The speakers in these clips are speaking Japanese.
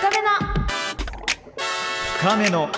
深めの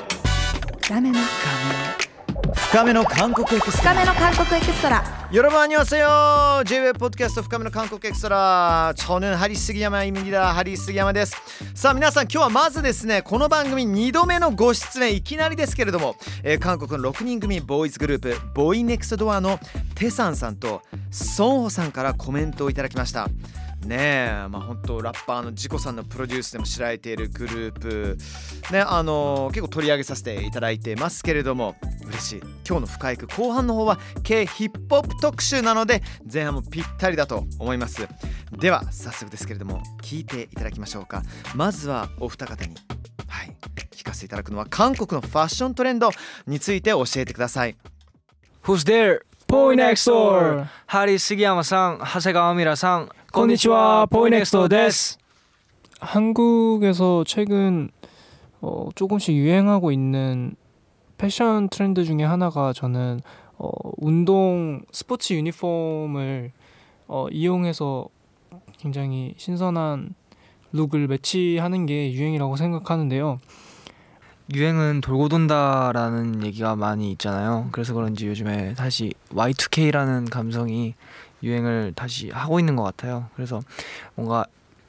韓国エクストラ。여러분 안녕하세요. J-Web 팟캐스트 深めの韓国エクストラ. 저는 하리스기야마입니다. 하리스기야마です。さあ皆さん、今日はまずですね、この番組2度目のご出演、いきなりですけれども、韓国の6人組ボーイズグループボーイネクストドアのテサンさんとソンホさんからコメントをいただきました。ねえ、本当ラッパーのジコさんのプロデュースでも知られているグループね、結構取り上げさせていただいてますけれども、嬉しい。今日の深い句後半の方はKヒップホップ特集なので前半もぴったりだと思います。では早速ですけれども聞いていただきましょうか。まずはお二方に聞かせていただくのは韓国のファッショントレンドについて教えてください。 Who's there? Boy Next Door. 하리 스기야마さん, 하세가와미라さん, konnichiwa. Boy Next Door です。 한국에서 최근 조금씩 유행하고 있는 패션 트렌드 중에 하나가 저는 운동 스포츠 유니폼을 이용해서 굉장히 신선한 룩을 매치하는 게 유행이라고 생각하는데요. 유행은 돌고 돈다라는 얘기가 많이 있잖아요. 그래서 그런지 요즘에 다시 Y2K라는 감성이 유행을 다시 하고 있는 것 같아요. 그래서 뭔가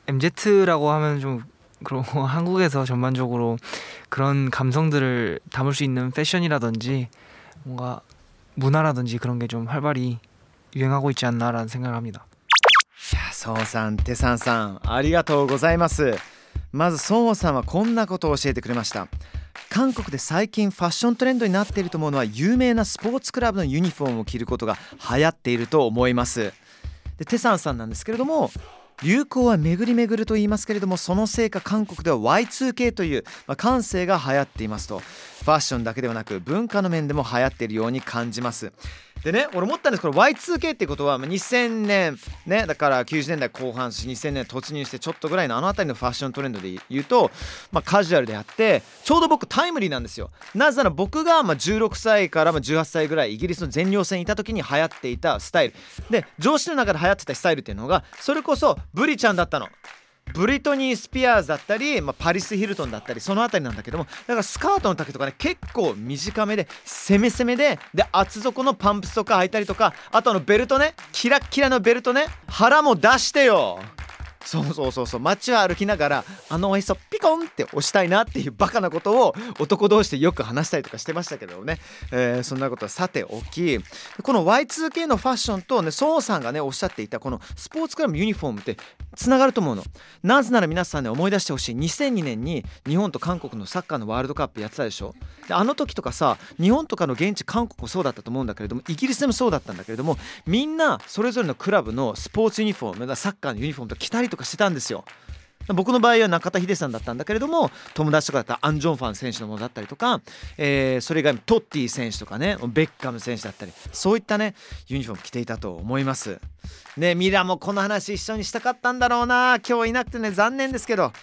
MZ라고 하면 좀 그러고 한국에서 전반적으로 그런 감성들을 담을 수 있는 패션이라든지 뭔가 문화라든지 그런 게 좀 활발히 유행하고 있지 않나라는 생각을 합니다. ソンさん、テサンさん、ありがとうございます。まずソンさんはこんなことを教えてくれました。韓国で最近ファッショントレンドになっていると思うのは、有名なスポーツクラブのユニフォームを着ることが流行っていると思います。でテサンさんなんですけれども、流行は巡り巡ると言いますけれども、そのせいか韓国では Y2K という、感性が流行っていますと。ファッションだけではなく文化の面でも流行っているように感じます。でね、俺思ったんです。これ Y2K ってことは2000年ね、だから90年代後半2000年突入してちょっとぐらいのあたりのファッショントレンドで言うと、カジュアルであってちょうど僕タイムリーなんですよ。なぜなら僕が16歳から18歳ぐらいイギリスの全寮制にいた時に流行っていたスタイルで、上司の中で流行ってたスタイルっていうのがそれこそブリちゃんだったの。ブリトニー・スピアーズだったり、パリス・ヒルトンだったり、そのあたりなんだけども、だからスカートの丈とかね、結構短めで攻め攻めで、厚底のパンプスとか履いたりとか、あとベルトね、キラッキラのベルトね、腹も出してよ。そう街を歩きながらおへそピコンって押したいなっていうバカなことを男同士でよく話したりとかしてましたけどね、そんなことはさておき、この Y2K のファッションとね、ソンさんがねおっしゃっていたこのスポーツクラブのユニフォームってつながると思うの。なぜなら皆さんね、思い出してほしい。2002年に日本と韓国のサッカーのワールドカップやってたでしょ。であの時とかさ、日本とかの現地韓国もそうだったと思うんだけれども、イギリスでもそうだったんだけれども、みんなそれぞれのクラブのスポーツユニフォーム、サッカーのユニフォームと着たりとかしてたんですよ。僕の場合は中田秀さんだったんだけれども、友達とかだったらアン・ジョンファン選手のものだったりとか、それ以外にトッティ選手とかね、ベッカム選手だったり、そういったねユニフォーム着ていたと思いますね。ミラもこの話一緒にしたかったんだろうな。今日いなくてね残念ですけど、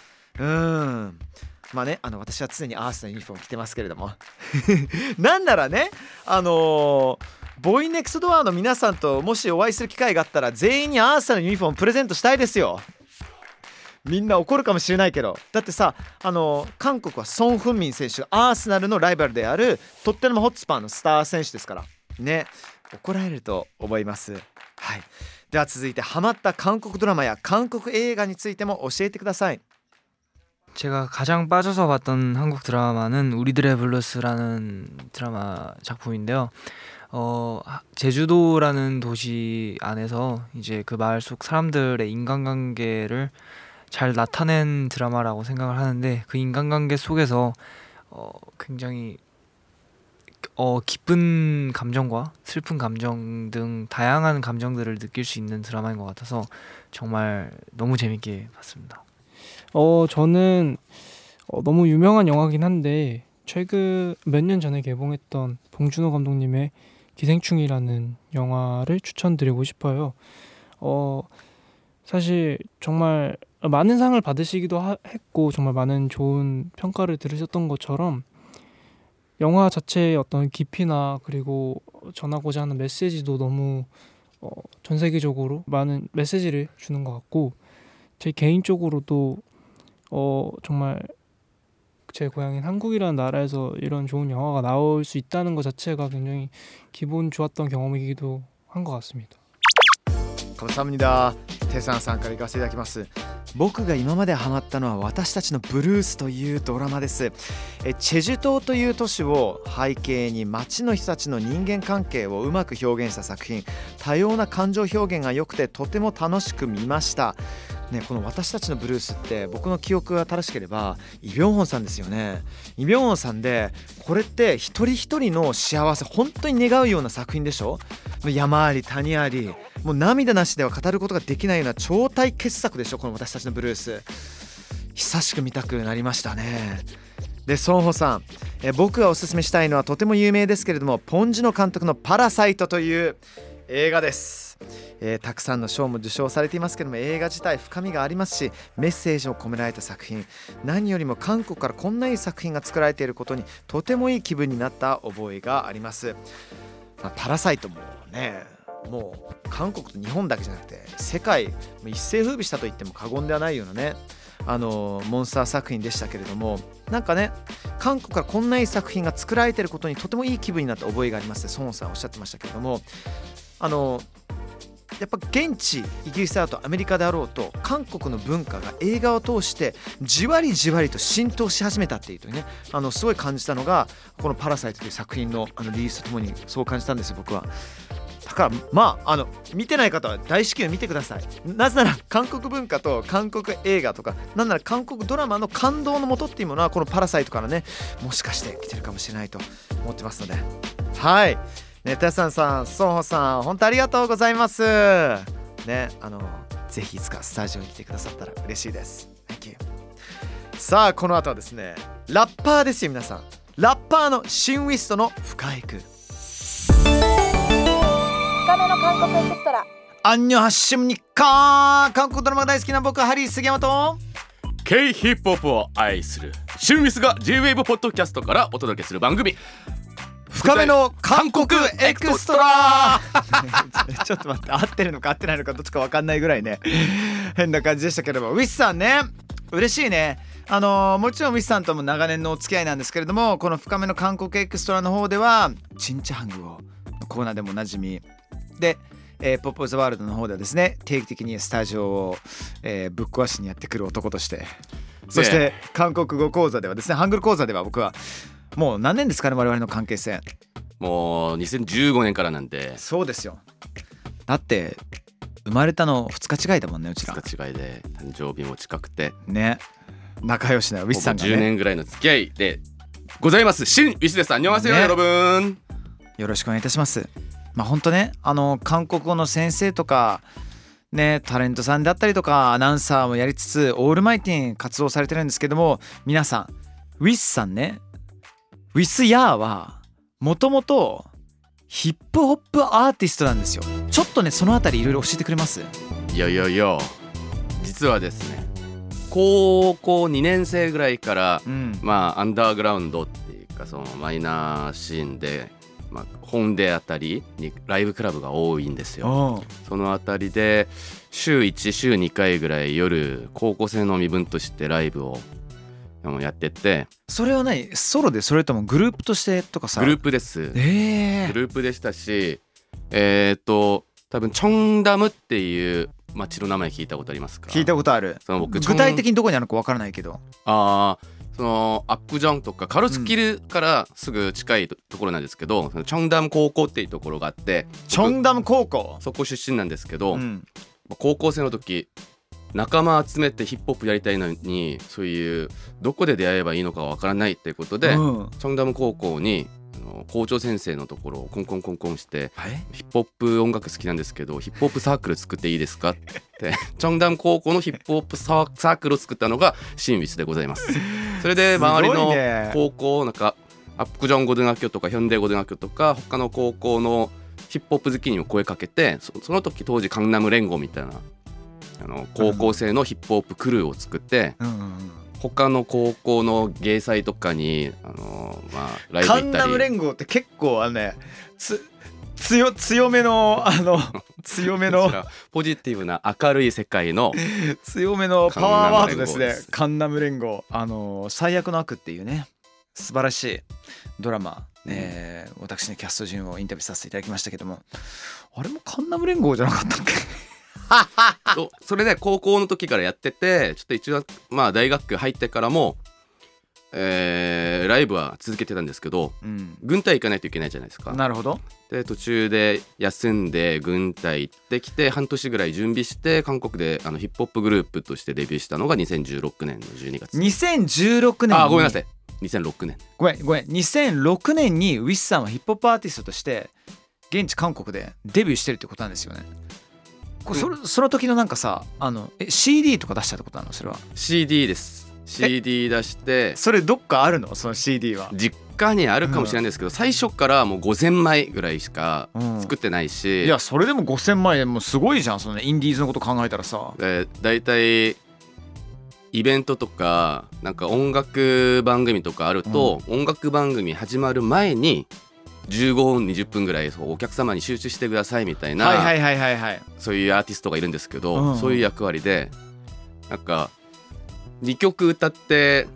私は常にアースのユニフォーム着てますけれどもなんならね、ボーイネクストドアの皆さんともしお会いする機会があったら、全員にアースのユニフォームプレゼントしたいですよ。みんな怒るかもしれないけど、だってさ、韓国はソン・フンミン選手がアーセナルのライバルであるトッテナムホッツパーのスター選手ですからね、怒られると思います。では続いてハマった韓国ドラマや韓国映画についても教えてください。 제가 가장 빠져서 봤던 한국 드라마는 우리들의 블루스라는 드라마 작품인데요. 제주도라는 도시 안에서 이제 그 마을 속 사람들의 인간관계를 잘 나타낸 드라마라고 생각을 하는데, 그 인간관계 속에서 굉장히 기쁜 감정과 슬픈 감정 등 다양한 감정들을 느낄 수 있는 드라마인 것 같아서 정말 너무 재밌게 봤습니다. 저는 너무 유명한 영화긴 한데 최근 몇 년 전에 개봉했던 봉준호 감독님의 기생충이라는 영화를 추천드리고 싶어요. 사실 정말 많은 상을 받으시기도 했고 정말 많은 좋은 평가를 들으셨던 것처럼 영화 자체의 어떤 깊이나 그리고 전하고자 하는 메시지도 너무 전 세계적으로 많은 메시지를 주는 것 같고, 제 개인적으로도 정말 제 고향인 한국이라는 나라에서 이런 좋은 영화가 나올 수 있다는 것 자체가 굉장히 기분 좋았던 경험이기도 한 것 같습니다. 감사합니다.テサンさんから行かせていただきます。僕が今までハマったのは私たちのブルースというドラマです。チェジュ島という都市を背景に街の人たちの人間関係をうまく表現した作品、多様な感情表現が良くてとても楽しく見ました。ね、この私たちのブルースって僕の記憶が正しければイ・ビョンホンさんですよね。イ・ビョンホンさんでこれって一人一人の幸せ本当に願うような作品でしょ。山あり谷ありもう涙なしでは語ることができないような超大傑作でしょこの私たちのブルース。久しく見たくなりましたね。でソンホさん、僕がおすすめしたいのはとても有名ですけれどもポン・ジュノ監督のパラサイトという映画です。たくさんの賞も受賞されていますけども映画自体深みがありますしメッセージを込められた作品、何よりも韓国からこんないい作品が作られていることにとてもいい気分になった覚えがあります。パラサイトもねもう韓国と日本だけじゃなくて世界一世風靡したと言っても過言ではないようなねモンスター作品でしたけれども、なんかね韓国からこんないい作品が作られていることにとてもいい気分になった覚えがありますってソンさんおっしゃってましたけれども、やっぱ現地イギリスだとアメリカであろうと韓国の文化が映画を通してじわりじわりと浸透し始めたっていうとねすごい感じたのがこのパラサイトという作品のリリースとともにそう感じたんですよ僕は。だから見てない方は大至急見てください。なぜなら韓国文化と韓国映画とかなんなら韓国ドラマの感動の元っていうものはこのパラサイトからねもしかして来てるかもしれないと思ってますので、はいね、テサンさん、ソンホさん本当ありがとうございますね。ぜひいつかスタジオに来てくださったら嬉しいです。 Thank you。 さあこの後はですねラッパーですよ皆さん。ラッパーのシン・ウィストの深い句深めの韓国エクストラ。 アンニョハッシュムニッカー。韓国ドラマが大好きな僕ハリー杉山と K ヒップホップを愛するシン・ウィスが J-WAVE ポッドキャストからお届けする番組深めの韓国エクストラちょっと待って合ってるのか合ってないのかどっちか分かんないぐらいね変な感じでしたけれども、ウィスさんね嬉しいね。もちろんウィスさんとも長年のお付き合いなんですけれどもこの深めの韓国エクストラの方ではチンチャハングをコーナーでもおなじみで、ポップオブザワールドの方ではですね定期的にスタジオを、ぶっ壊しにやってくる男として、そして韓国語講座ではですねハングル講座では僕はもう何年ですかね我々の関係性。 もう2015年からなんで。 そうですよ。だって生まれたの2日違いだもんねうちら。 2日違いで誕生日も近くてね仲良しなウィスさんがね 10年ぐらいの付き合いでございますシン・ウィスです。안녕하세요 여러분。 よろしくお願いいたします。本当ね韓国語の先生とかねタレントさんだったりとかアナウンサーもやりつつオールマイティーに活動されてるんですけども、皆さんウィスさんねウィスヤーはもともとヒップホップアーティストなんですよ。ちょっとねそのあたりいろいろ教えてくれます？ いや実はですね高校2年生ぐらいから、アンダーグラウンドっていうかそのマイナーシーンで、本であたりにライブクラブが多いんですよ。そのあたりで週1週2回ぐらい夜高校生の身分としてライブをやってて。 それは何ソロでそれともグループとしてとかさ？ グループです、グループでしたし多分チョンダムっていう町の名前聞いたことありますか？ 聞いたことある。具体的にどこにあるのかわからないけどそのアックジョンとかカロスキルからすぐ近いところなんですけど、そのチョンダム高校っていうところがあって、 チョンダム高校そこ出身なんですけど、高校生の時仲間集めてヒップホップやりたいのにそういうどこで出会えばいいのかわからないっていうことで、チョンダム高校に校長先生のところをコンコンして、ヒップホップ音楽好きなんですけどヒップホップサークル作っていいですかってチョンダム高校のヒップホップサークルを作ったのがシン・ウィスでございます。それで周りの高校なんかアップジョンゴドゥガキョとかヒョンデゴドゥガキョとか他の高校のヒップホップ好きにも声かけて、その時当時カンナム連合みたいな高校生のヒップホップクルーを作って、他の高校の芸祭とかにライブ行ったり。 カンナム連合って結構強めの強めのポジティブな明るい世界の強めのパワーワードですね。カンナム連合、最悪の悪っていうね素晴らしいドラマ、私ねキャスト陣をインタビューさせていただきましたけども、あれもカンナム連合じゃなかったっけそれで高校の時からやってて、ちょっと一応まあ大学入ってからも、ライブは続けてたんですけど、軍隊行かないといけないじゃないですか。 なるほど。 で途中で休んで軍隊行ってきて半年ぐらい準備して韓国でヒップホップグループとしてデビューしたのが2016年の12月。 2016年に、 ごめんなさい、2006年ごめん2006年にウィスさんはヒップホップアーティストとして現地韓国でデビューしてるってことなんですよね。その時のなんかさCD とか出したってことなの？それは CD です。 CD 出して、 それどっかあるの？その CD は実家にあるかもしれないんですけど、最初からもう5000枚ぐらいしか作ってないし、 いやそれでも5000枚でもすごいじゃん。そのインディーズのこと考えたらさ、 だいたいイベントとかなんか音楽番組とかあると、音楽番組始まる前に15分20分ぐらいお客様に集中してくださいみたいな、そういうアーティストがいるんですけど、そういう役割でなんか2曲歌って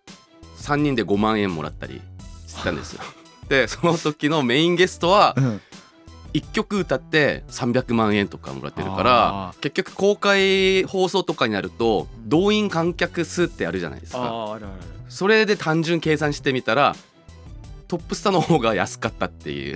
3人で5万円もらったりしてたんですよでその時のメインゲストは1曲歌って300万円とかもらってるから、結局公開放送とかになると動員観客数ってあるじゃないですか。それで単純計算してみたらトップスターの方が安かったっていう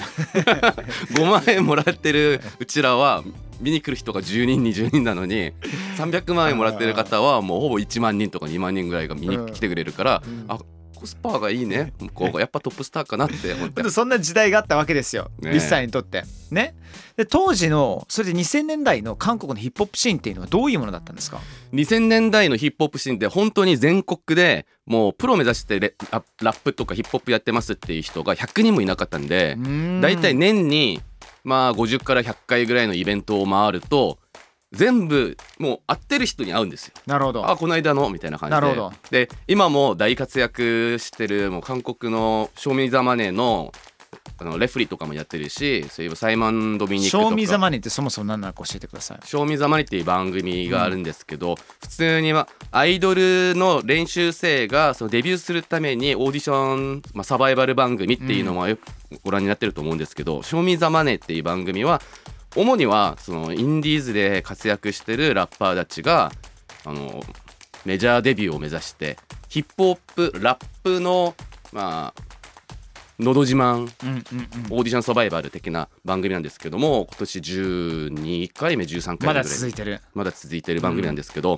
5万円もらってるうちらは見に来る人が10人20人なのに300万円もらってる方はもうほぼ1万人とか2万人ぐらいが見に来てくれるから、コスパがいいね、こうやっぱトップスターかなって思ってそんな時代があったわけですよ、リスさんにとってね。で当時のそれで2000年代の韓国のヒップホップシーンっていうのはどういうものだったんですか ？2000年代のヒップホップシーンって本当に全国でもうプロ目指してラップとかヒップホップやってますっていう人が100人もいなかったんで、だいたい年にまあ50から100回ぐらいのイベントを回ると全部もう会ってる人に会うんですよ。 なるほど。 この間のみたいな感じで。 なるほど。 で今も大活躍してるもう韓国のショーミーザマネーのレフリーとかもやってるし、そういうサイモン・ドミニクとか。 ショーミーザマネーってそもそも何なのか教えてください。 ショーミーザマネーっていう番組があるんですけど、普通にアイドルの練習生がそのデビューするためにオーディション、サバイバル番組っていうのもよくご覧になってると思うんですけど、ショーミーザマネーっていう番組は主にはそのインディーズで活躍してるラッパーたちがメジャーデビューを目指してヒップホップラップののど自慢、オーディションサバイバル的な番組なんですけども、今年12回目13回目ぐらいまだ続いてる番組なんですけど、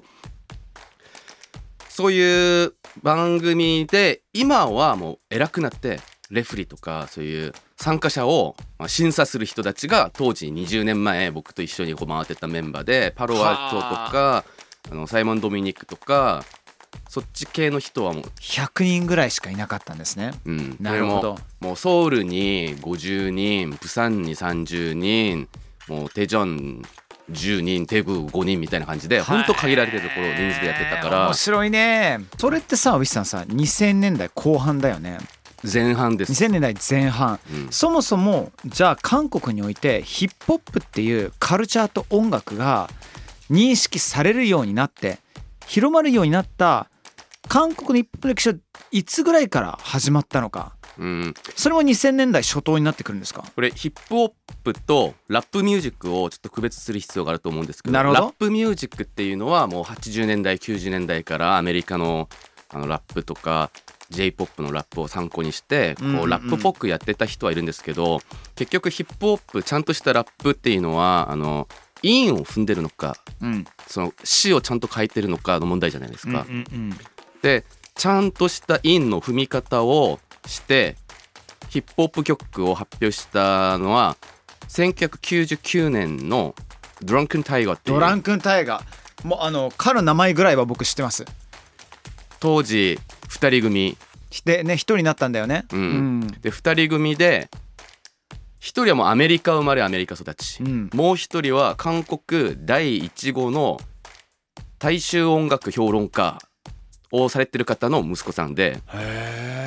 そういう番組で今はもう偉くなってレフリーとかそういう参加者を審査する人たちが当時20年前僕と一緒に回ってたメンバーで、パロアットとかサイモン・ドミニクとかそっち系の人はもう 100人ぐらいしかいなかったんですね。なるほど。 もうソウルに50人、プサンに30人、もうテジョン10人、テグ5人みたいな感じで本当限られてるところを人数でやってたから。 面白いね。それってさ、ウィスさんさ、2000年代後半だよね。 前半です。 2000年代前半、そもそもじゃあ韓国においてヒップホップっていうカルチャーと音楽が認識されるようになって広まるようになった韓国のヒップホップ歴史はいつぐらいから始まったのか、それも2000年代初頭になってくるんですか？ これヒップホップとラップミュージックをちょっと区別する必要があると思うんですけど、ラップミュージックっていうのはもう80年代90年代からアメリカのラップとかJ-POP のラップを参考にしてこうラップっぽくやってた人はいるんですけど、結局ヒップホップちゃんとしたラップっていうのは韻を踏んでるのか、その詞をちゃんと書いてるのかの問題じゃないですか。でちゃんとした韻の踏み方をしてヒップホップ曲を発表したのは1999年のドランクンタイガーっていう。 ドランクンタイガー、もう彼の名前ぐらいは僕知ってます。 当時2人組でね、1人になったんだよね。 で2人組で1人はもうアメリカ生まれアメリカ育ち、もう1人は韓国第1号の大衆音楽評論家をされてる方の息子さんで、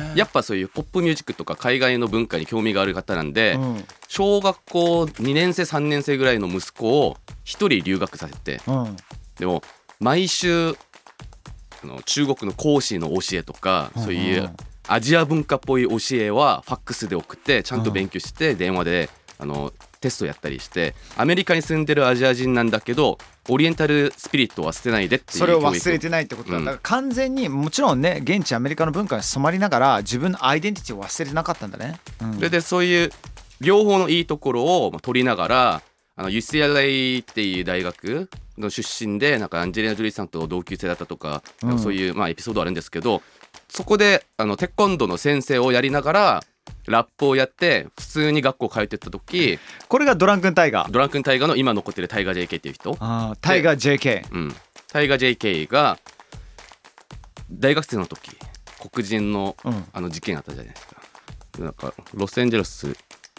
やっぱそういうポップミュージックとか海外の文化に興味がある方なんで、小学校2年生3年生ぐらいの息子を一人留学させて、でも毎週中国の講師の教えとか、そういうアジア文化っぽい教えはファックスで送ってちゃんと勉強して電話でテストやったりして、アメリカに住んでるアジア人なんだけどオリエンタルスピリットは捨てないでっていうそれを忘れてないってことだ、だから完全にもちろんね現地アメリカの文化に染まりながら自分のアイデンティティを忘れてなかったんだね、 それでそういう両方のいいところを取りながらUCLA っていう大学の出身でなんかアンジェリーナ・ジョリーさんと同級生だったとか、そういうエピソードあるんですけど、そこでテコンドーの先生をやりながらラップをやって普通に学校通ってった時、 これがドランクンタイガーの今残ってるタイガー JK っていう人、 タイガー JK、 タイガー JK が大学生の時黒人の事件あったじゃないですか。なんかロサンゼルス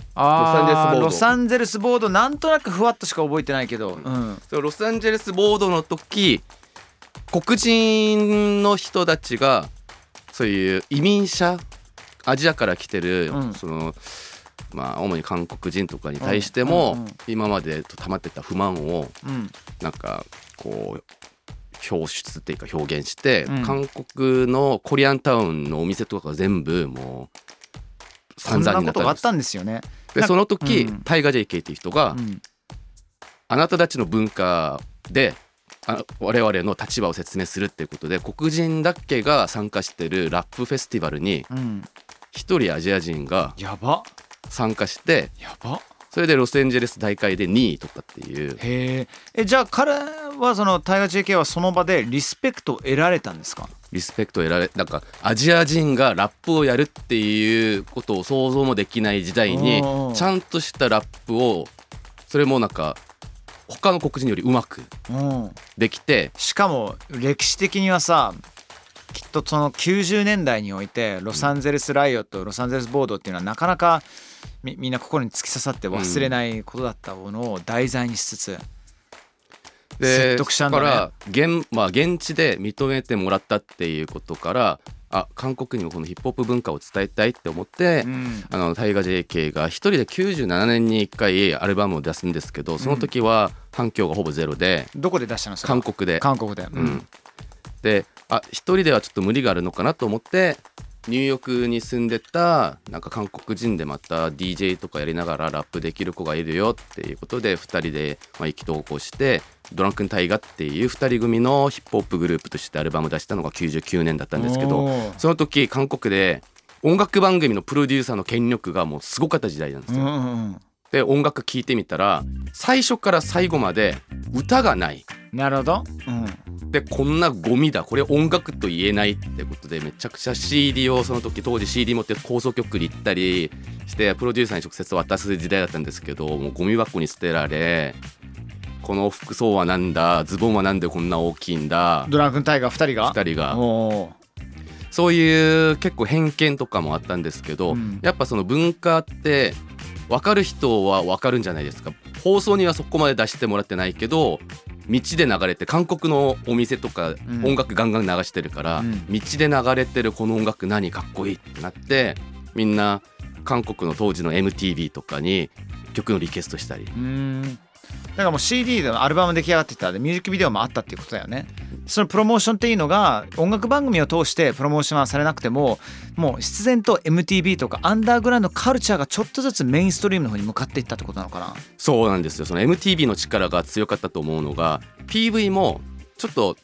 ボードなんとなくふわっとしか覚えてないけど、ロサンゼルスボードの時黒人の人たちがそういう移民者アジアから来てる、主に韓国人とかに対しても、今まで溜まってた不満を、なんかこう表出っていうか表現して、韓国のコリアンタウンのお店とかが全部もう散々になったんです。そんなことがあったんですよね。でその時、タイガー JK っていう人が、あなたたちの文化で我々の立場を説明するっていうことで黒人だけが参加してるラップフェスティバルに一人アジア人が参加して、それでロサンゼルス大会で2位取ったっていう。 へえ。じゃあ彼はそのタイガー JK はその場でリスペクトを得られたんですか？ リスペクトを得られ、なんかアジア人がラップをやるっていうことを想像もできない時代にちゃんとしたラップを、それもなんか他の黒人よりうまくできて、 しかも歴史的にはさ、きっとその90年代においてロサンゼルスライオット、ロサンゼルスボードっていうのはなかなかみんな心に突き刺さって忘れないことだったものを題材にしつつ説得したんだね。 から現地で認めてもらったっていうことから、韓国にもこのヒップホップ文化を伝えたいって思って、タイガー JK が一人で97年に1回アルバムを出すんですけど、その時は反響がほぼゼロで。 どこで出したの？ 韓国で。で一人ではちょっと無理があるのかなと思って、ニューヨークに住んでたなんか韓国人でまた DJ とかやりながらラップできる子がいるよっていうことで2人で意気投合してドランクンタイガっていう2人組のヒップホップグループとしてアルバム出したのが99年だったんですけど、その時韓国で音楽番組のプロデューサーの権力がもうすごかった時代なんですよ。で音楽聴いてみたら最初から最後まで歌がない。 なるほど。 でこんなゴミだ、これ音楽と言えないってことでめちゃくちゃ CD をその時当時 CD 持って放送局に行ったりしてプロデューサーに直接渡す時代だったんですけど、もうゴミ箱に捨てられ、この服装はなんだ、ズボンはなんでこんな大きいんだ、 ドランクンタイガー2人がそういう結構偏見とかもあったんですけど、やっぱその文化って分かる人は分かるんじゃないですか。放送にはそこまで出してもらってないけど道で流れて、韓国のお店とか音楽ガンガン流してるから、道で流れてるこの音楽何かっこいいってなって、みんな韓国の当時の MTV とかに曲のリクエストしたり。 だからもう CD でアルバム出来上がってたでミュージックビデオもあったっていうことだよね。そのプロモーションっていうのが音楽番組を通してプロモーションはされなくても、もう必然と MTV とかアンダーグラウンドカルチャーがちょっとずつメインストリームの方に向かっていったってことなのかな。 そうなんですよ。その MTV の力が強かったと思うのが PV もちょっと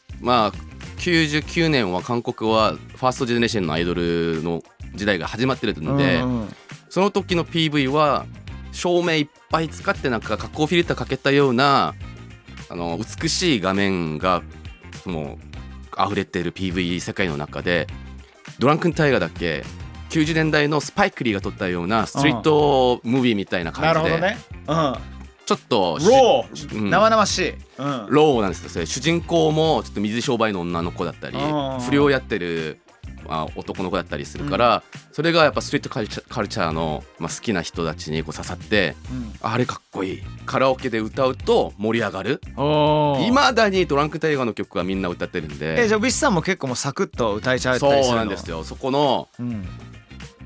99年は韓国はファーストジェネレーションのアイドルの時代が始まってるので、その時の PV は照明いっぱい使ってなんか加工フィルターかけたような美しい画面がもう溢れてる PV 世界の中で、ドランクンタイガーだけ90年代のスパイクリーが撮ったようなストリートムービーみたいな感じで、 なるほどね。 ちょっとロー、生々しい、 ローなんですよ。主人公もちょっと水商売の女の子だったり不良やってる男の子だったりするから、それがやっぱストリートカルチャーの好きな人たちにこう刺さって、あれかっこいい、カラオケで歌うと盛り上がる。いまだにドランクタイガーの曲はみんな歌ってるんで。 じゃあウィスさんも結構もうサクッと歌えちゃったりするの？ そうなんですよ。そこの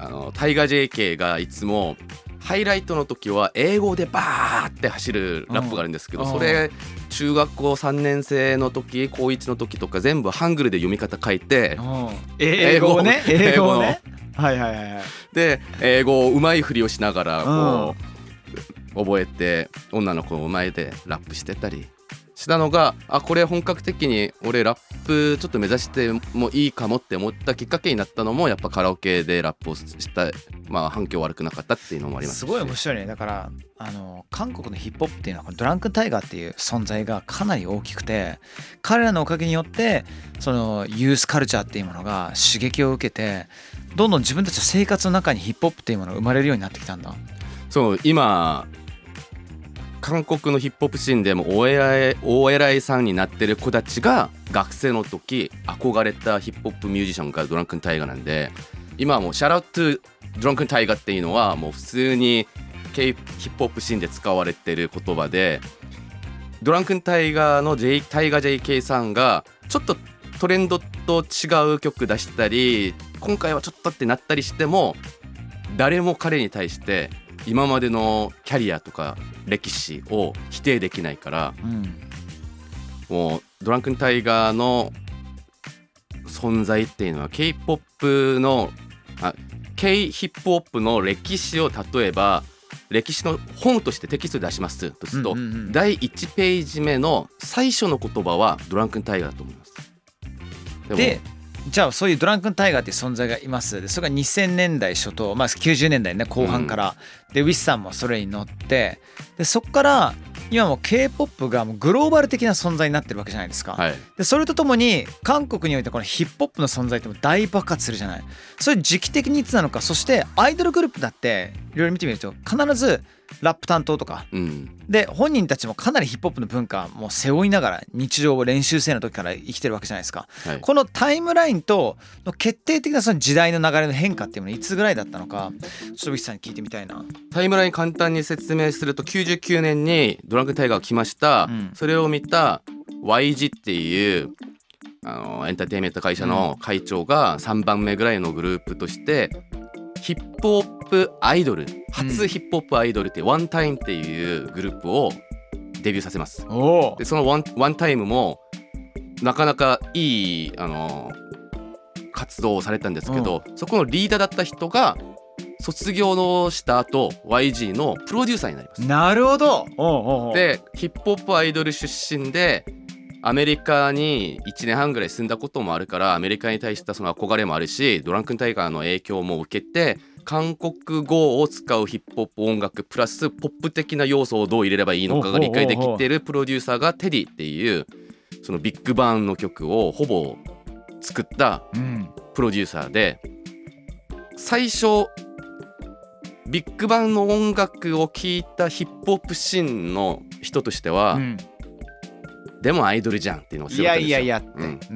タイガー JK がいつもハイライトの時は英語でバーって走るラップがあるんですけど、それ中学校3年生の時高1の時とか全部ハングルで読み方書いて、 英語をねはいはいはい。 で英語をうまいふりをしながらこう覚えて女の子の前でラップしてたりしたのが、これ本格的に俺ラップちょっと目指してもいいかもって思ったきっかけになったのもやっぱカラオケでラップをした、反響悪くなかったっていうのもありますし。 すごい面白いね。だから韓国のヒップホップっていうのはドランクンタイガーっていう存在がかなり大きくて、彼らのおかげによってそのユースカルチャーっていうものが刺激を受けて、どんどん自分たちの生活の中にヒップホップっていうものが生まれるようになってきたんだ。 そう、今韓国のヒップホップシーンでも大偉いさんになってる子たちが学生の時憧れたヒップホップミュージシャンがドランクンタイガーなんで、今はもうシャラウトゥドランクンタイガーっていうのはもう普通にヒップホップシーンで使われてる言葉で、ドランクンタイガーのタイガー JK さんがちょっとトレンドと違う曲出したり今回はちょっとってなったりしても、誰も彼に対して今までのキャリアとか歴史を否定できないから、もうドランクンタイガーの存在っていうのは K-POP のK-ヒップホップの歴史を例えば歴史の本としてテキストで出しますとすると、第1ページ目の最初の言葉はドランクンタイガーだと思います。 でじゃあそういうドランクンタイガーっていう存在がいます。でそれが2000年代初頭、90年代ね後半から、でウィスさんもそれに乗って、でそこから今も K-POP がもうグローバル的な存在になってるわけじゃないですか、でそれとともに韓国においてこのヒップホップの存在っても大爆発するじゃない。それ時期的にいつなのか。そしてアイドルグループだっていろいろ見てみると必ずラップ担当とか、で本人たちもかなりヒップホップの文化も背負いながら日常を練習生の時から生きてるわけじゃないですか、このタイムラインとの決定的なその時代の流れの変化っていうのはいつぐらいだったのか、ちょっとウィスさんに聞いてみたいな。 タイムライン簡単に説明すると、99年にドランクンタイガーが来ました、それを見た YG っていうエンターテインメント会社の会長が3番目ぐらいのグループとしてヒップホップアイドル、初ヒップホップアイドルってワンタイムっていうグループをデビューさせます。でそのワンタイムもなかなかいい活動をされたんですけど、そこのリーダーだった人が卒業した後 YG のプロデューサーになります。 なるほど。 でヒップホップアイドル出身でアメリカに1年半ぐらい住んだこともあるから、アメリカに対したその憧れもあるし、ドランクンタイガーの影響も受けて韓国語を使うヒップホップ音楽プラスポップ的な要素をどう入れればいいのかが理解できているプロデューサーがテディっていうそのビッグバンの曲をほぼ作ったプロデューサーで、最初ビッグバンの音楽を聴いたヒップホップシーンの人としては、でもアイドルじゃんっていうのが強かったんですよ。 いやって、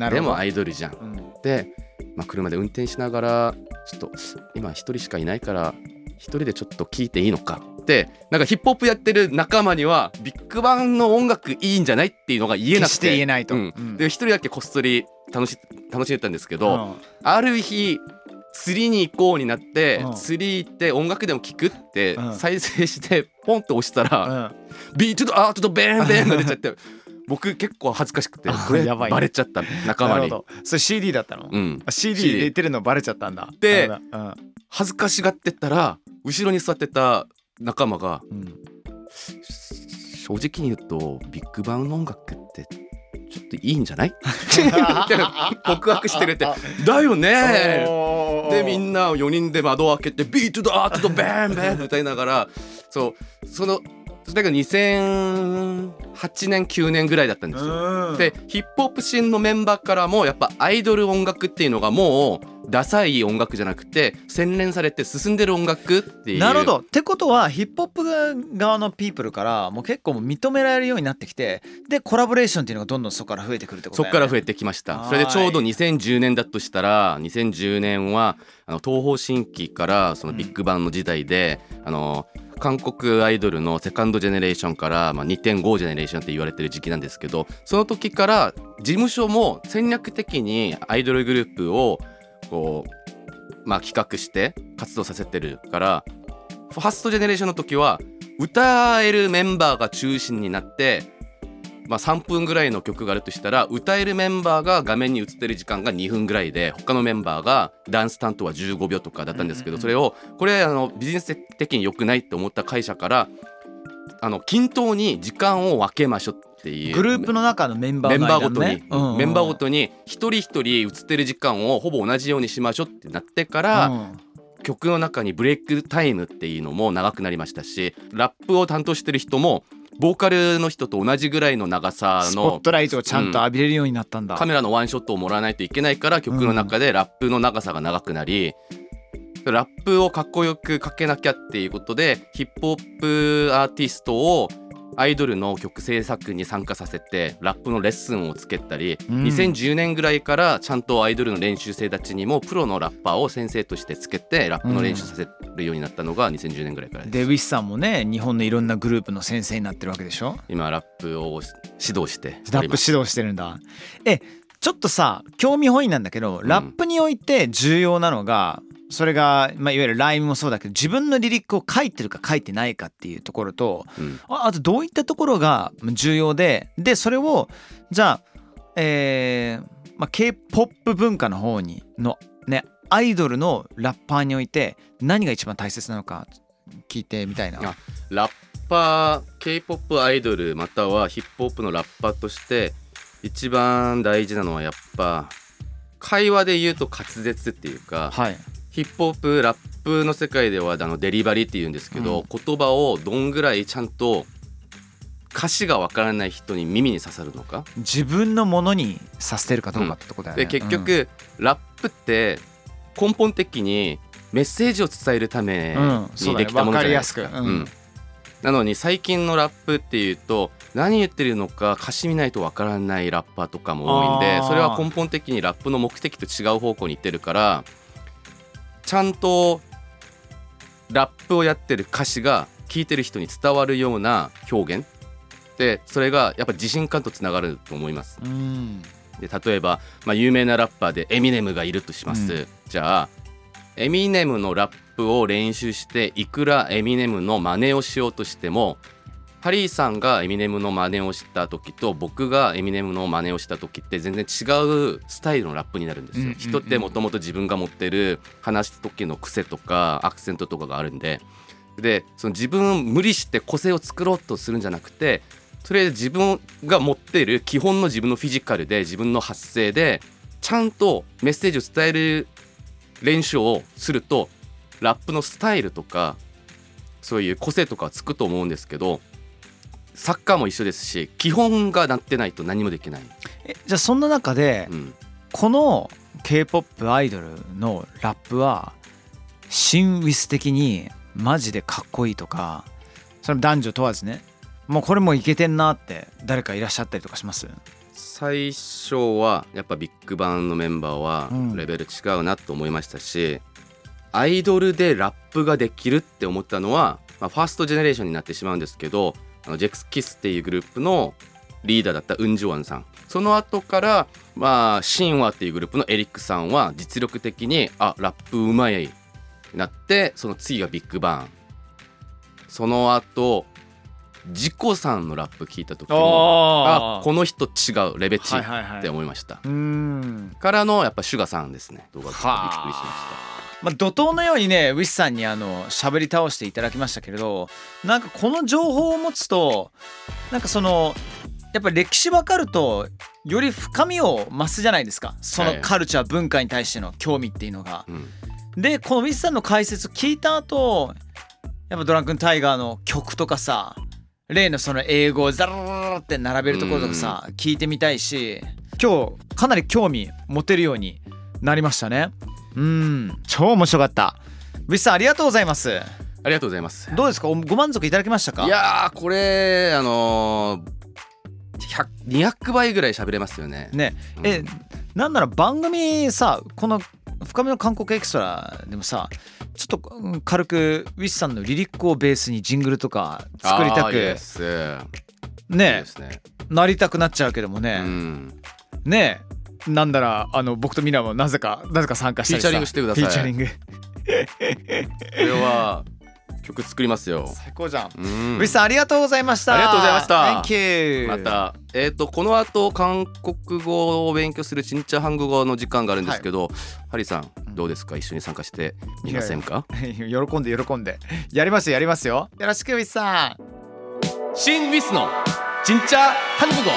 でもアイドルじゃん、で、車で運転しながらちょっと今一人しかいないから一人でちょっと聴いていいのかって、なんかヒップホップやってる仲間にはビッグバンの音楽いいんじゃないっていうのが言えなくて、 決して言えないと、 で一人だけこっそり楽しんでたんですけど、ある日釣りに行こうになって、釣り行って音楽でも聴くって再生してポンと押したら、ビートとアートとベーンベーンが出ちゃって僕結構恥ずかしくてこれバレちゃった仲間に。 それ CD だったの、CD 入れてるのバレちゃったんだ。 で、恥ずかしがってったら後ろに座ってた仲間が、正直に言うとビッグバンの音楽ってちょっといいんじゃない告白してるってだよね。でみんな4人で窓を開けてビートとアートとベーンベーン歌いながら、それが2008年9年ぐらいだったんですよ。でヒップホップシーンのメンバーからもやっぱアイドル音楽っていうのがもうダサい音楽じゃなくて洗練されて進んでる音楽っていう。 なるほど。ってことはヒップホップ側のピープルからもう結構認められるようになってきて、でコラボレーションっていうのがどんどんそこから増えてくるってことだよね。 そこから増えてきました。それでちょうど2010年だとしたら、2010年は東方神起からそのビッグバンの時代で、韓国アイドルのセカンドジェネレーションから、2.5 ジェネレーションって言われてる時期なんですけど、その時から事務所も戦略的にアイドルグループをこうまあ、企画して活動させてるから、ファーストジェネレーションの時は歌えるメンバーが中心になって、まあ、3分ぐらいの曲があるとしたら歌えるメンバーが画面に映ってる時間が2分ぐらいで、他のメンバーがダンス担当は15秒とかだったんですけど、それをこれビジネス的に良くないって思った会社から均等に時間を分けましょうっていう、 グループの中のメンバーの間のね、 メンバーごとに一人一人映ってる時間をほぼ同じようにしましょうってなってから、曲の中にブレイクタイムっていうのも長くなりましたし、ラップを担当してる人もボーカルの人と同じぐらいの長さのスポットライトをちゃんと浴びれるようになったんだ、 カメラのワンショットをもらわないといけないから、曲の中でラップの長さが長くなり、ラップをかっこよくかけなきゃっていうことでヒップホップアーティストをアイドルの曲制作に参加させてラップのレッスンをつけたり、2010年ぐらいからちゃんとアイドルの練習生たちにもプロのラッパーを先生としてつけてラップの練習させるようになったのが2010年ぐらいからです。 でウィスさんもね、日本のいろんなグループの先生になってるわけでしょ。 今ラップを指導してラップ指導してるんだ。ちょっとさ興味本位なんだけど、ラップにおいて重要なのが、それが、いわゆるライムもそうだけど自分のリリックを書いてるか書いてないかっていうところと、あとどういったところが重要でそれをじゃあ、K-POP 文化の方にのね、アイドルのラッパーにおいて何が一番大切なのか聞いてみたいな。 ラッパー K-POP アイドルまたはヒップホップのラッパーとして一番大事なのはやっぱ会話で言うと滑舌っていうか、ヒップホップラップの世界ではデリバリーっていうんですけど、言葉をどんぐらいちゃんと歌詞がわからない人に耳に刺さるのか、 自分のものにさせてるかどうかってとこだよね。 で結局、ラップって根本的にメッセージを伝えるためにできたものじゃないですか。なのに最近のラップっていうと何言ってるのか歌詞見ないとわからないラッパーとかも多いんで、それは根本的にラップの目的と違う方向に行ってるから、ちゃんとラップをやってる歌詞が聴いてる人に伝わるような表現で、それがやっぱ自信感とつながると思います。で例えば、有名なラッパーでエミネムがいるとします、じゃあエミネムのラップを練習していくらエミネムの真似をしようとしても、ハリーさんがエミネムの真似をした時と僕がエミネムの真似をした時って全然違うスタイルのラップになるんですよ。人ってもともと自分が持ってる話す時の癖とかアクセントとかがあるんで、その自分無理して個性を作ろうとするんじゃなくて、とりあえず自分が持っている基本の自分のフィジカルで自分の発声でちゃんとメッセージを伝える練習をすると、ラップのスタイルとかそういう個性とかはつくと思うんですけど、サッカーも一緒ですし、基本がなってないと何もできない。 じゃあそんな中で、この K-POP アイドルのラップはシンウィス的にマジでかっこいいとか、それ男女問わずね、もうこれもいけてんなって誰かいらっしゃったりとかします？ 最初はやっぱビッグバンのメンバーはレベル違うなと思いましたし、アイドルでラップができるって思ったのは、ファーストジェネレーションになってしまうんですけど、ジェクスキスっていうグループのリーダーだったウンジュワンさん、その後からシンワっていうグループのエリックさんは実力的にラップうまいになって、その次がビッグバン、その後ジコさんのラップ聞いた時もこの人違うレベチって思いました、からのやっぱシュガさんですね。動画びっくりしました。 怒涛のようにねウィスさんに喋り倒していただきましたけれど、なんかこの情報を持つとなんかやっぱり歴史分かるとより深みを増すじゃないですか、そのカルチャー文化に対しての興味っていうのが、でこのウィスさんの解説聞いた後、やっぱドランクンタイガーの曲とかさ、例のその英語をザラララって並べるところとかさ、聞いてみたいし、今日かなり興味持てるようになりましたね。超面白かった。ウィスさんありがとうございます。 ありがとうございます。 どうですか、ご満足いただけましたか？ いやーこれ200倍ぐらい喋れますよね。 なんなら番組さ、この深めの韓国エクストラでもさ、ちょっと軽くウィスさんのリリックをベースにジングルとか作りたくなりたくなっちゃうけどもね、 なんだら僕とミナもなぜか参加したりさ、 フィーチャリングしてください。 フィーチャリングこれは曲作りますよ。 最高じゃん。 うんウィスさんありがとうございました。 ありがとうございました。 Thank you。 またこの後韓国語を勉強するチンチャハング語の時間があるんですけど、ハリーさんどうですか、一緒に参加してみませんか？ 喜んでやりますよよろしくウィスさん。 新ウィスのチンチャハング語。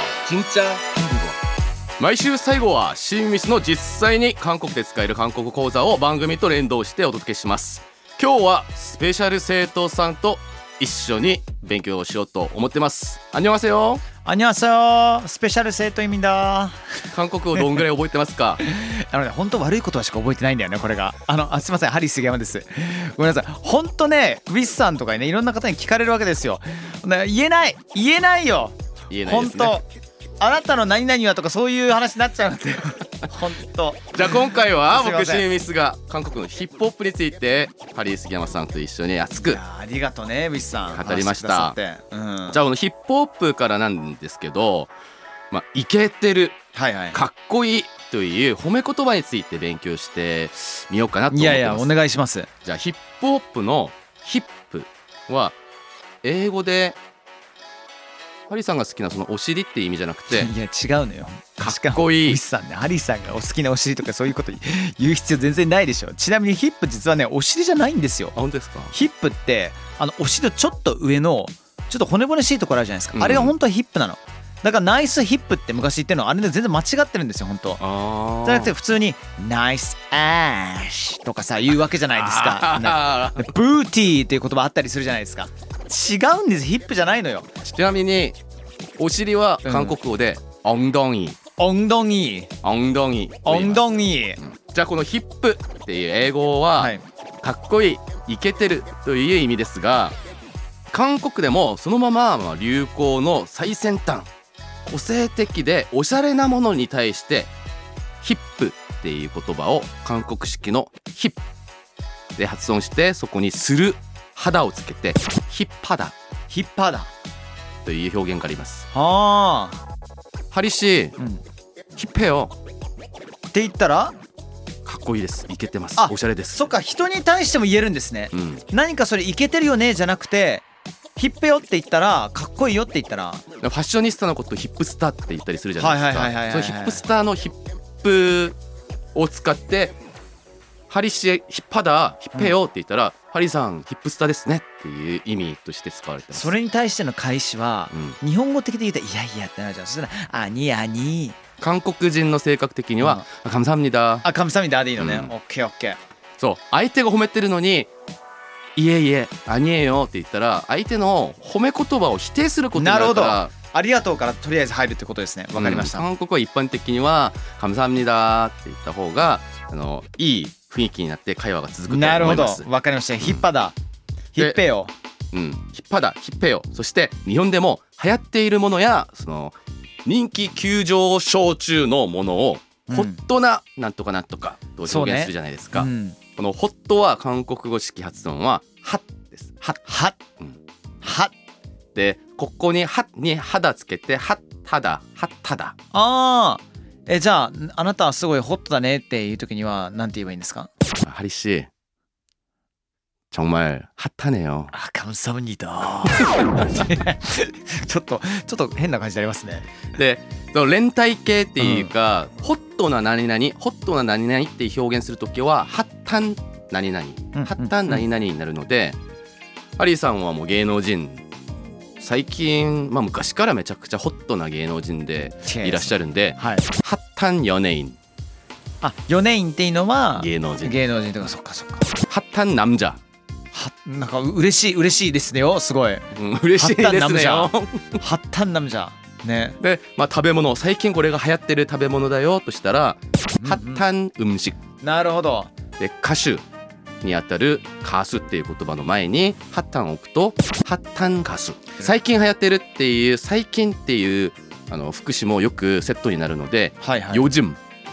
毎週最後は新ウィスの実際に韓国で使える韓国講座を番組と連動してお届けします。今日はスペシャル生徒さんと一緒に勉強をしようと思ってます。アンニョンハセヨ。 アンニョンハセヨ。スペシャル生徒意味だ。 韓国語どんぐらい覚えてますか？ 本当悪い言葉しか覚えてないんだよねこれが。すいません、ハリー杉山です。ごめんなさい。本当ね、ウィスさんとかにね、いろんな方に聞かれるわけですよ。言えないよ。 言えないですね。 本当あなたの何々はとかそういう話になっちゃうんですよ。本当。 じゃあ今回は僕すいませんシンウィスが韓国のヒップホップについてハリー杉山さんと一緒に熱くありがとうねウィスさん、 語りました。 話してくださって。うん、 じゃあこのヒップホップからなんですけど、イケてる、 はいはい、 かっこいいという褒め言葉について勉強してみようかなと思ってます。 お願いします。 じゃあヒップホップのヒップは英語でハリーさんが好きなそのお尻っていう意味じゃなくて、 いや違うのよ。 かっこいい。 ウィスさんね、ハリーさんがお好きなお尻とかそういうこと言う必要全然ないでしょ。ちなみにヒップ実はねお尻じゃないんですよ。 あ、本当ですか？ ヒップってお尻のちょっと上のちょっと骨々しいところあるじゃないですか、あれが本当はヒップなの。だからナイスヒップって昔言ってるのはあれで全然間違ってるんですよ本当。じゃなくて普通にナイスアッシュとかさ言うわけじゃないですか。ブーティーっていう言葉あったりするじゃないですか。違うんです。ヒップじゃないのよ。 ちなみにお尻は韓国語でオンドンイ。 オンドンイ。 オンドンイ。 オンドンイ。 じゃあこのヒップっていう英語は、はい、かっこいい、イケてるという意味ですが、韓国でもそのまま流行の最先端、個性的でおしゃれなものに対してヒップっていう言葉を韓国式のヒップで発音して、そこにする肌をつけてヒッパダ。 ヒッパダという表現があります。 ハリシ、ヒッペよって言ったらかっこいいです、イケてます、おしゃれです。 そっか、人に対しても言えるんですね、何かそれイケてるよねじゃなくてヒッペよって言ったらかっこいいよって言ったら、 ファッショニスタのことヒップスターって言ったりするじゃないですか。そのヒップスターのヒップを使ってハリシヒッパダヒッペよって言ったら、ハリーさんヒップスターですねっていう意味として使われてます。 それに対しての返しは、日本語的で言うといやいやってなるじゃん。そしたらアニアニ。 韓国人の性格的にはカムサハムニダ。 カムサハムニダでいいのね。オッケーオッケー。 そう、相手が褒めてるのにいえいえアニエよって言ったら、相手の褒め言葉を否定することになるから。なるほど、 ありがとうからとりあえず入るってことですね。わかりました。 韓国は一般的にはカムサハムニダって言った方がいい雰囲気になって会話が続くと思います。 なるほど、わかりました。ヒッパダ、ヒッペよ。 ヒッパダ、ヒッペよ。そして日本でも流行っているものやその人気急上昇中のものをホットななんとかなんとかと表現するじゃないですか。このホットは韓国語式発音はハッです。ハッハッ、ハッで、ここにハッに肌つけてハッタダハッタダ。 じゃああなたはすごいホットだねっていう時には何て言えばいいんですか？ ハリ씨 정말 핫하네요。 감사합니다。ちょっと変な感じになりますね。 で、連体系っていうか、ホットな何々、ホットな何々って表現するときは핫한何々、핫한何々になるので、ハリーさんはもう芸能人、最近、昔からめちゃくちゃホットな芸能人でいらっしゃるんで、핫한 연예인。 ヨネインっていうのは芸能人とか。そっかそっか。 핫한 남자。 なんか嬉しいですねよ、すごい。 嬉しいですねよ。 핫한 남자。ね。 で、食べ物、最近これが流行ってる食べ物だよとしたら、핫한 음식。 なるほど。 で、歌手にあたるカスっていう言葉の前に핫한を置くと핫한カス。最近流行ってるっていう最近っていう副詞もよくセットになるので、요즘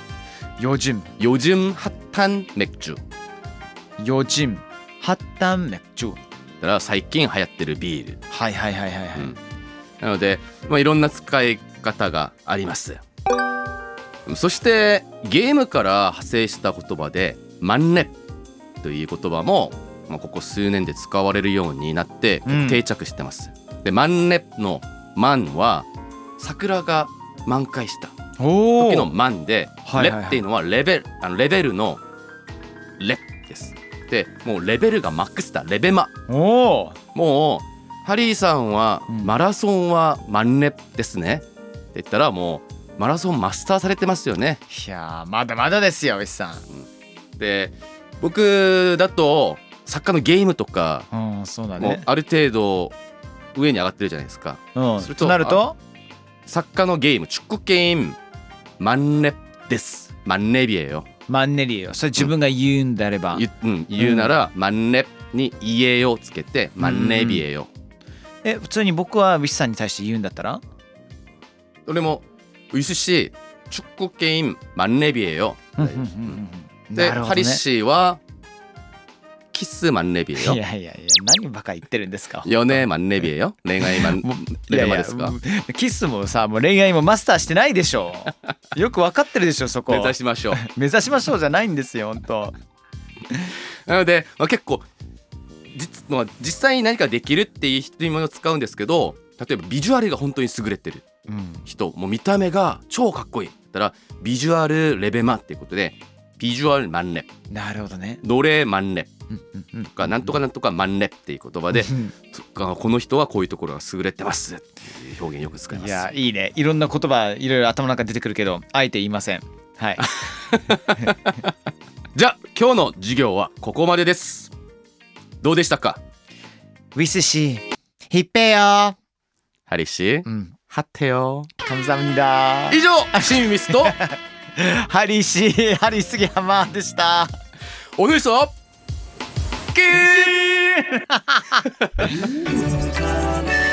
핫한 맥주。 요즘 핫한 맥주。 だから最近流行ってるビール。 はい。 なので、いろんな使い方があります。 そしてゲームから派生した言葉でマンネという言葉も、ここ数年で使われるようになって定着してます、でマンネのマンは桜が満開した時のマンで、レっていうのはレベルのレです。でもうレベルがマックスだ、レベマ。もうハリーさんはマラソンはマンネですねって言ったら、もうマラソンマスターされてますよね。 いやまだまだですよ、牛さん。 で僕だとサッカーのゲームとか、 そうだね、 もうある程度上に上がってるじゃないですか。 それとなるとサッカーのゲーム축구ゲームマンネです。マンネビエよ。 マンネリよ。それ自分が言うんであれば、 言うなら、マンネに家をつけてマンネビエよ。 普通に僕はウィスさんに対して言うんだったら、 俺もウィス氏축구ゲームマンネビエよ。で、ハリ氏はキスマンネビエよ。 いや何ばか言ってるんですか。 ヨネマンネビエよ。恋愛マンレベマですか。 キスもさ、もう恋愛もマスターしてないでしょ。よく分かってるでしょ、そこ。 目指しましょう。 目指しましょうじゃないんですよ、本当。 なので、結構実際に何かできるっていう人にも使うんですけど、例えばビジュアルが本当に優れてる人、もう見た目が超かっこいいだったらビジュアルレベマっていうことで、ビジュアルマンネ。なるほどね。 奴隷マンネとか、なんとかなんとかマンネっていう言葉で、この人はこういうところが優れてますっていう表現よく使います。 いや、いいね。いろんな言葉いろいろ頭の中出てくるけど、あえて言いません。はい。 じゃあ今日の授業はここまでです。どうでしたか。 ウィス씨ひっぺよ。 ハリ씨 핫해요。 감사합니다。 以上、シンミスとハリ씨ハリ杉浜でした。 오늘 수업 끝!